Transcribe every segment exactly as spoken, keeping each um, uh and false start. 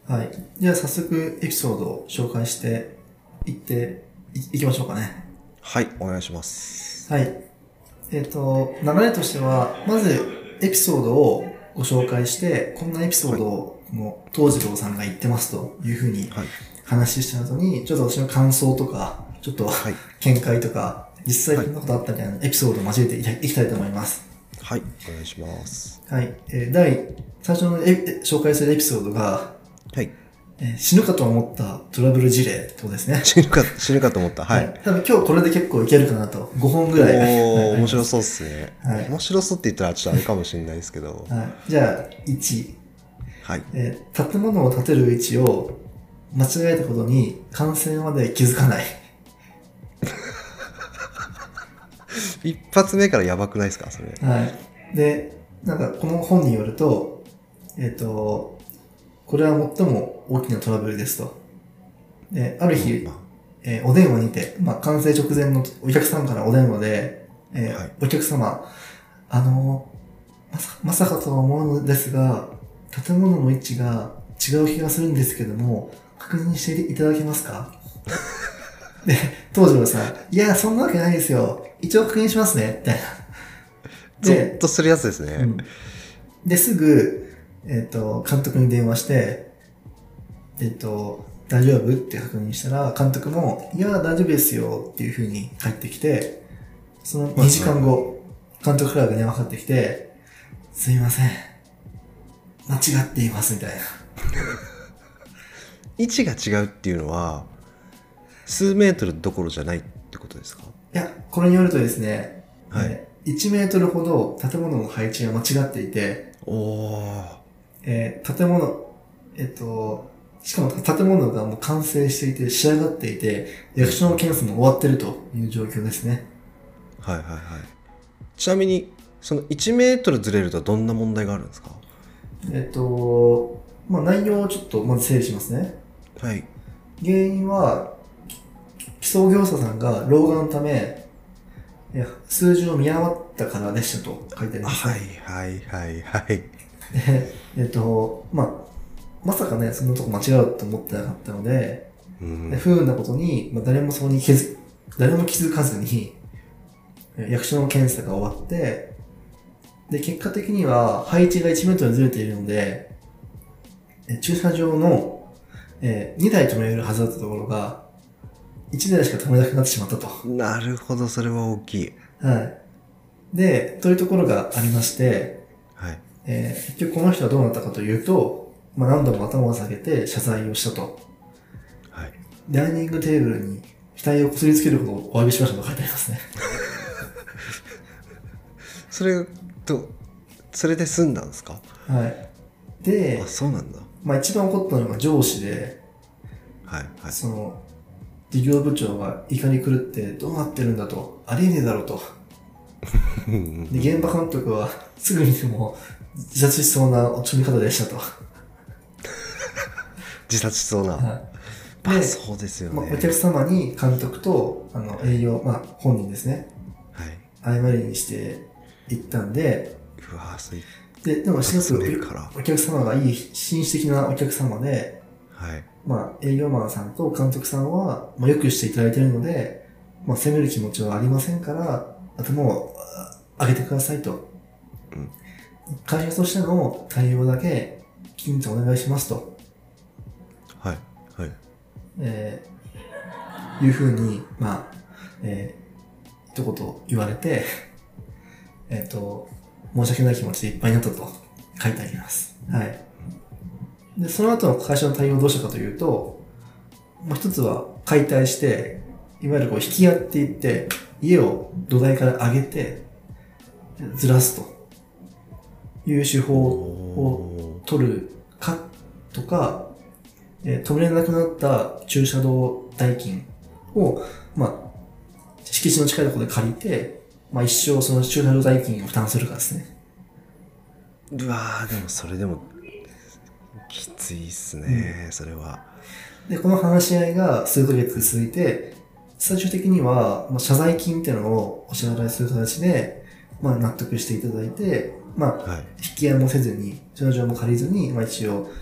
はい。じゃあ早速エピソードを紹介していってい、いきましょうかね。 はい、お願いします。 はい。えっと、流れとしては、まずエピソードをご紹介して、こんなエピソードをこの東次郎さんが言ってますというふうに話した後に、ちょっと私の感想とか、ちょっと、はい、見解とか、実際こんなことあったみたいなエピソードを交えていきたいと思います。 はい、お願いします。 はい。えー、第、最初のエ紹介するエピソードが、 はい。 えー、死ぬかと思ったトラブル事例ってことですね。 死ぬか、死ぬかと思った。はい。はい、 多分今日これで結構いけるかなと。ごほんぐらい。 おー、面白そうっすね。 はい。 面白そうって言ったらちょっとあれかもしれないですけど。 はい。じゃあ、いち。 はい。 えー、建物を建てる位置を間違えたことに完成まで気づかない。 一発目からやばくないですかそれ。 はい。で、なんかこの本によると、えっと、これは最も大きなトラブルですと。で、ある日、うんえー、お電話にて、まあ、完成直前のお客さんからお電話で、えーはい、お客様、あの、まさ、まさかとは思うのですが、建物の位置が違う気がするんですけども、確認していただけますかで、当時はさ、いや、そんなわけないですよ。一応確認しますね、みたいな。 ゾッとするやつですね。うん、 で、すぐ、えっと、監督に電話して、えっと、大丈夫って確認したら、監督も、いや、大丈夫ですよっていう風に帰ってきて、そのにじかんご、監督から電話かかってきて、すいません。間違っています、みたいな。 位置が違うっていうのは、数メートルどころじゃないってことですか？ いや、これによるとですね、はい、えー、いちメートルほど建物の配置が間違っていて、 おー。 えー、建物、えっと、しかも建物がもう完成していて仕上がっていて、役所の検査も終わってるという状況ですね。 はいはいはい。ちなみに、そのいちメートルずれるとどんな問題があるんですか？ えっと、まあ内容をちょっとまず整理しますね。 はい。 原因は、基礎業者さんが老化のため、数字を見誤ったからでしたと書いてあります、 ね。はいはいはいはい。 で、えっと、まあ、まさかね、そんなとこ間違うと思ってなかったので、うん、不運なことに、まあ、誰もそこに気づ、誰も気づかずに、役所の検査が終わって、で、結果的には配置がいちメートルずれているので、駐車場の、えー、にだい止めるはずだったところが、いちだいしか止めなくなってしまったと。 なるほど、それは大きい。 はい。で、というところがありまして、 はい。 えー、結局この人はどうなったかというと、まあ、何度も頭を下げて謝罪をしたと。 はい。 ダイニングテーブルに額をこすりつけるほどお詫びしましたと書いてありますね。 それと、それで済んだんですか？ はい。で、 あ、そうなんだ。 まあ一番怒ったのが上司で、 はいはい。 その、事業部長が怒り狂ってどうなってるんだと、ありえねえだろうと。で、現場監督はすぐにでも自殺しそうな落ち込み方でしたと。 自殺しそうな。はい。まあそうですよね。 まあ、お客様に監督とあの営業、まあ本人ですね。はい。謝りにしていったんで。 うわそういう。 で、でもしかしお客様がいい紳士的なお客様で、はい。まあ営業マンさんと監督さんは、まあ、よくしていただいているので、まあ責める気持ちはありませんから、頭を上げてくださいと。うん。会社としての対応だけきちんとお願いしますと。 はい。はい。 えー、いうふうに、まあ、えー、一言言われて、えっと、申し訳ない気持ちでいっぱいになったと書いてあります。はい。で、その後の会社の対応をどうしたかというと、まあ、一つは解体して、いわゆるこう引き合っていって、家を土台から上げて、ずらすという手法を取るかとか、えー、止められなくなった駐車道代金を、まあ、敷地の近いところで借りて、まあ一生その駐車場代金を負担するかですね。 うわー、でもそれでも、きついっすね、うん、それは。 で、この話し合いが数ヶ月続いて、最終的には、まあ、謝罪金っていうのをお支払いする形で、まあ納得していただいて、まあ、はい、引き合いもせずに、駐車場も借りずに、まあ一応、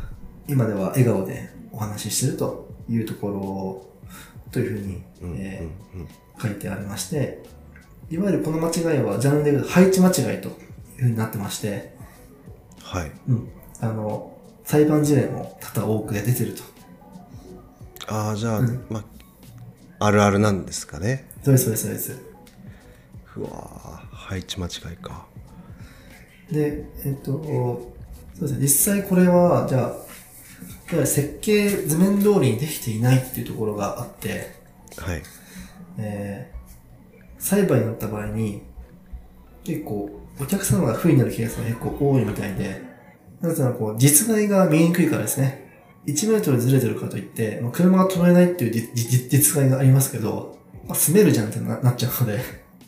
今では笑顔でお話ししてるというところというふうに、えー、書いてありまして、いわゆるこの間違いはジャンルで言うと配置間違いというふうになってまして、 はい。 うん。あの、裁判事例も多々多くで出てると。 ああ、じゃあ、 うん、 まあ、あるあるなんですかね。 そうです、そうです、そうです。 うわー、配置間違いか。 で、えっと、そうですね、実際これは、じゃあ、設計図面通りにできていないっていうところがあって、 はい。 えー、裁判になった場合に、結構、お客様が不利になるケースが結構多いみたいで、なぜならこう、実害が見えにくいからですね。いちメートルずれてるからといって、まあ、車が止めないっていう実実実害がありますけど、まあ、住めるじゃんってななっちゃうので。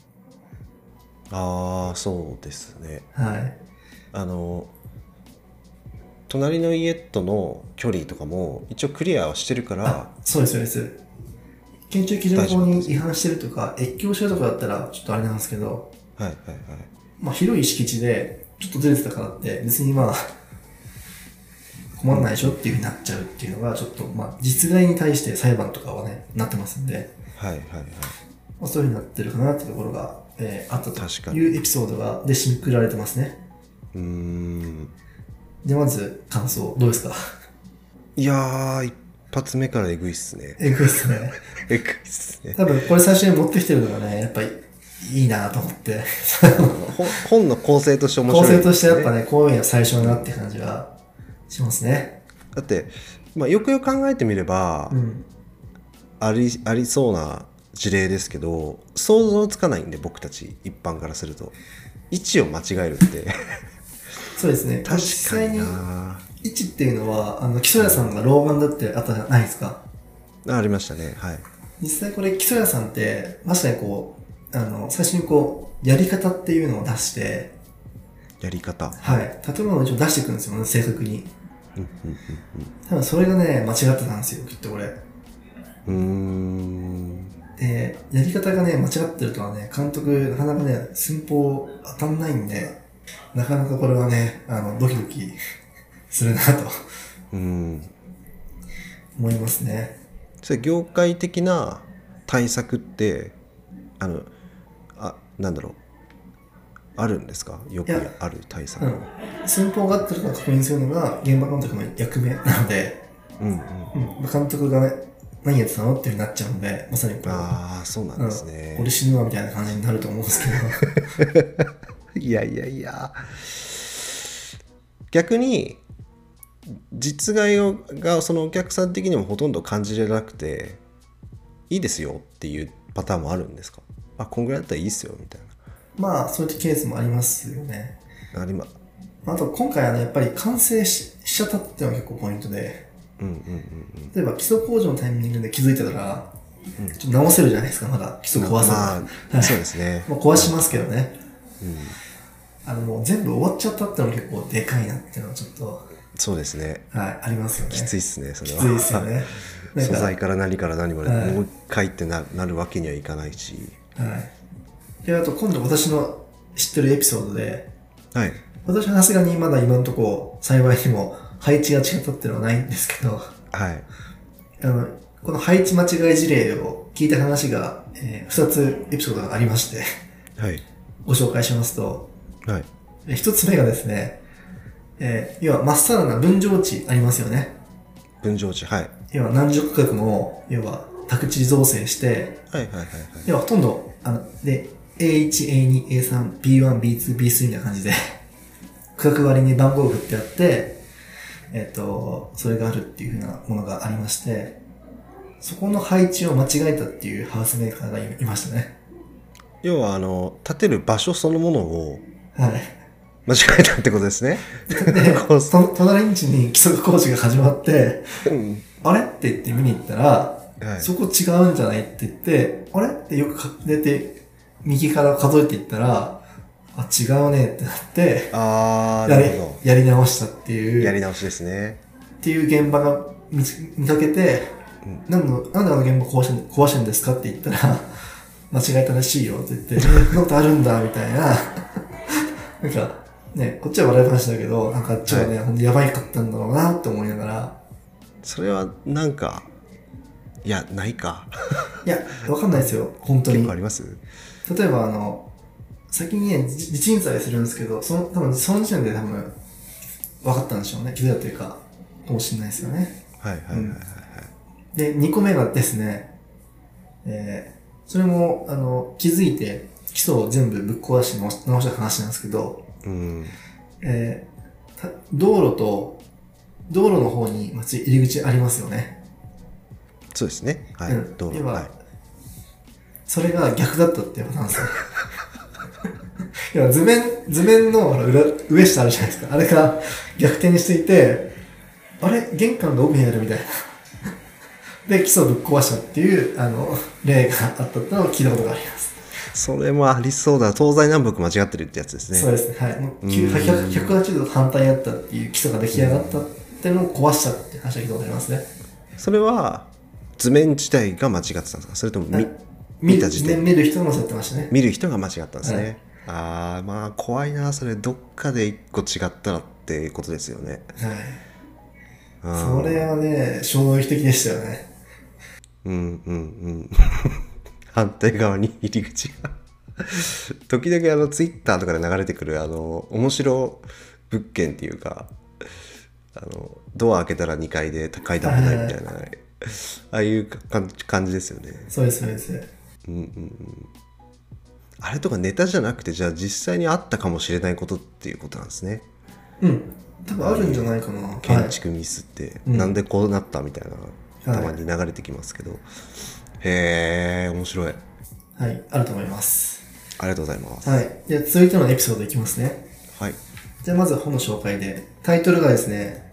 ああ、そうですね。 はい。 あの、隣の家との距離とかも一応クリアはしてるから。 そうです、そうです。建築基準法に違反してるとか、越境してるとかだったらちょっとあれなんですけど、 はいはいはい。 まあ広い敷地でちょっとずれてたからって別にまあ困らないでしょっていう風になっちゃうっていうのがちょっとまあ実害に対して裁判とかはね、なってますんで、 はいはいはい。 まあ、そういう風になってるかなっていうところが、えー、あったと確かにいうエピソードがで締めくくられてますね。 うーん。 で、まず感想どうですか？ いやー、一発目からえぐいっすね。 えぐいっすね。 えぐいっすね。 多分これ最初に持ってきてるのがね、やっぱりいいなと思って。 本の構成として面白い、 ね、構成としてやっぱね、こういうのが最初だなって感じがしますね。 だって、まあ、よくよく考えてみれば、うん、あり、ありそうな事例ですけど、想像つかないんで、僕たち一般からすると。位置を間違えるってそうですね。 確かにな。 位置っていうのは、あの、基礎屋さんが老眼だってあったじゃないですか。 ありましたね。はい。 実際これ基礎屋さんって、まさにこう、あの、最初にこう、やり方っていうのを出して、 やり方はい。建物を一応出していくんですよね、正確に。多分それがね、間違ってたんですよ、きっとこれ。うーん。 で、やり方がね、間違ってるとはね、監督、なかなかね、寸法当たんないんで、なかなかこれはね、あの、ドキドキするなと、うん、思いますね。 それ業界的な対策って、あの、あ、なんだろう、あるんですか？よくある対策。うん、 寸法が合ってるか確認するのが現場監督の役目なので、うんうんうん、監督がね、何やってたのっていう風になっちゃうので、まさにこう。 ああ、そうなんですね。 うん、俺死ぬわみたいな感じになると思うんですけど。いやいやいや。逆に、実害をがそのお客さん的にもほとんど感じれなくて、いいですよっていうパターンもあるんですか？あ、こんぐらいだったらいいっすよみたいな。 まあ、そういうケースもありますよね。 ありま。 あと、今回はね、やっぱり完成 し, しちゃったっていうのが結構ポイントで、うんうんうんうん、例えば基礎工事のタイミングで気づいてたら、うん、ちょっと直せるじゃないですか、まだ基礎壊せば、まあ、そうですね。 まあ壊しますけどね、うん、あのもう全部終わっちゃったってのが結構でかいなっていうのはちょっと、 そうですね。 はい、ありますよね。 きついっすね、それは。 きついっすよね。 素材から何から何まで、はい、もう一回ってな、なるわけにはいかないし。 はい。で、あと今度私の知ってるエピソードで、 はい。 私はさすがにまだ今のところ幸いにも配置が違ったっていうのはないんですけど、 はい。 あの、この配置間違い事例を聞いた話が、えー、ふたつエピソードがありまして、 はい。 ご紹介しますと、 はい。 ひとつめがですね、えー、要はまっさらな分譲地ありますよね。 分譲地、はい。 要は何十区画も、要は宅地造成して、 はいはいはい、はい。 要はほとんど、あの、で、エーワン、エーツー、エースリー、ビーワン、ビーツー、ビースリー みたいな感じで、区画割りに番号を振ってあって、えっと、それがあるっていう風なものがありまして、そこの配置を間違えたっていうハウスメーカーがいましたね。 要は、あの、建てる場所そのものを、 はい。 間違えたってことですね。 で、隣ん家に基礎工事が始まって、うん、あれって言って見に行ったら、はい、そこ違うんじゃないって言って、あれってよく出て、右から数えていったら、あ、違うねってなって、 あー、なるほど。 やり直したっていう。 やり直しですね。 っていう現場が 見, 見かけて、うん、なんの、なんであの現場壊して、壊してんですかって言ったら、間違えたらしいよって言って、そんなことあるんだ、みたいな。なんか、 ね、こっちは笑い話だけど、なんかあっちはね、はい、ほんとやばいかったんだろうなって思いながら。 それはなんか、いや、ないか。 いや、わかんないですよ、本当に。 結構あります？ 例えば、あの、先にね、地鎮祭するんですけど、その、多分、その時点で多分、分かったんでしょうね。気づいたというか、かもしれないですよね。 はいはいはいはい、うん。 で、にこめがですね、えー、それも、あの、気づいて、基礎を全部ぶっ壊して直し直した話なんですけど、 うん、 えー、道路と、道路の方に入り口ありますよね。 そうですね。はい。うん、道路。はい。 それが逆だったっていうことなんですよ。いや図面、図面の裏上下あるじゃないですか。あれが逆転にしていて、あれ玄関が奥にあるみたいな。で、基礎をぶっ壊したっていう、あの、例があったってのを聞いたことがあります。 それもありそうだ。東西南北間違ってるってやつですね。 そうですね。はい。もうひゃくはちじゅうど反対にあったっていう基礎が出来上がったっていうのを壊したって話は聞いたことありますね。 それは、図面自体が間違ってたんですか？それとも見、 見た時点で見る人が間違ってましたね。 見る人が間違ったんですね。はい、ああ、まあ怖いな。それどっかで一個違ったらっていうことですよね。 はい。それはね、衝撃的でしたよね。 うんうんうん。反対側に入り口が。時々あのツイッターとかで流れてくるあの面白物件っていうか、あのドア開けたらにかいで階段もないみたいな、ああいう感じですよね。 そうですそうです。 うんうんうん。あれとかネタじゃなくて、じゃあ実際にあったかもしれないことっていうことなんですね。 うん。多分あるんじゃないかな。 建築ミスって、はい、なんでこうなったみたいな、たまに流れてきますけど。はい、へー、面白い。 はい、あると思います。 ありがとうございます。 はい。じゃあ続いてのエピソードいきますね。 はい。 じゃあまず本の紹介で、タイトルがですね、